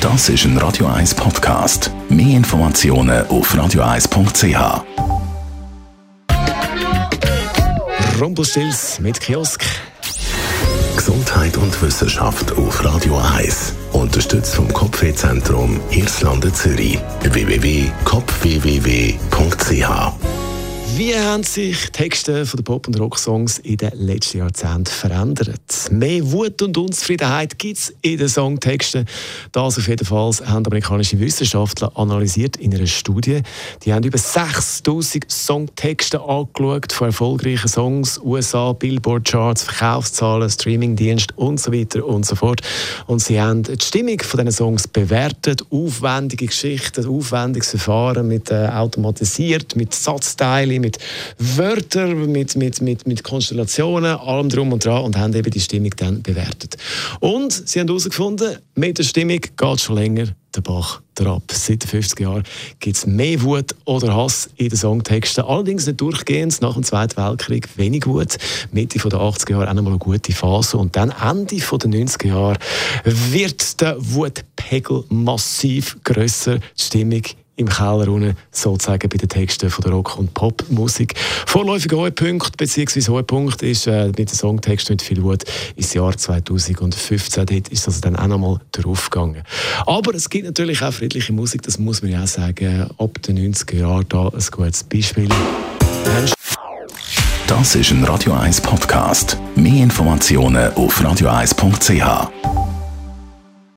Das ist ein Radio 1 Podcast. Mehr Informationen auf radio1.ch. Rumpelstilz mit Kiosk. Gesundheit und Wissenschaft auf Radio 1. Unterstützt vom Kopfwehzentrum Irlande Zürich. www.kopfwww.ch. Wie haben sich die Texte von den Pop- und Rocksongs in den letzten Jahrzehnten verändert? Mehr Wut und Unzufriedenheit gibt es in den Songtexten. Das auf jeden Fall haben amerikanische Wissenschaftler analysiert in einer Studie. Die haben über 6000 Songtexte angeschaut von erfolgreichen Songs, USA, Billboard-Charts, Verkaufszahlen, Streamingdienste und so weiter und so fort. Und sie haben die Stimmung von diesen Songs bewertet, aufwendige Geschichten, aufwendiges Verfahren mit automatisiert, mit Satzteilen, mit Wörtern, mit Konstellationen, allem drum und dran und haben eben die Stimmung dann bewertet. Und sie haben herausgefunden, mit der Stimmung geht schon länger der Bach ab. Seit den 50 Jahren gibt es mehr Wut oder Hass in den Songtexten. Allerdings nicht durchgehend. Nach dem Zweiten Weltkrieg wenig Wut. Mitte der 80er Jahre auch noch mal eine gute Phase. Und dann Ende der 90er Jahre wird der Wutpegel massiv grösser. Die Stimmung im Keller unten, sozusagen bei den Texten von der Rock- und Popmusik. Vorläufiger Höhepunkt, beziehungsweise Höhepunkt ist mit den Songtexten mit viel Wut ins Jahr 2015. Dort ist das dann auch nochmal draufgegangen. Aber es gibt natürlich auch friedliche Musik, das muss man ja auch sagen. Ab den 90er Jahren da ein gutes Beispiel. Das ist ein Radio 1 Podcast. Mehr Informationen auf radio1.ch.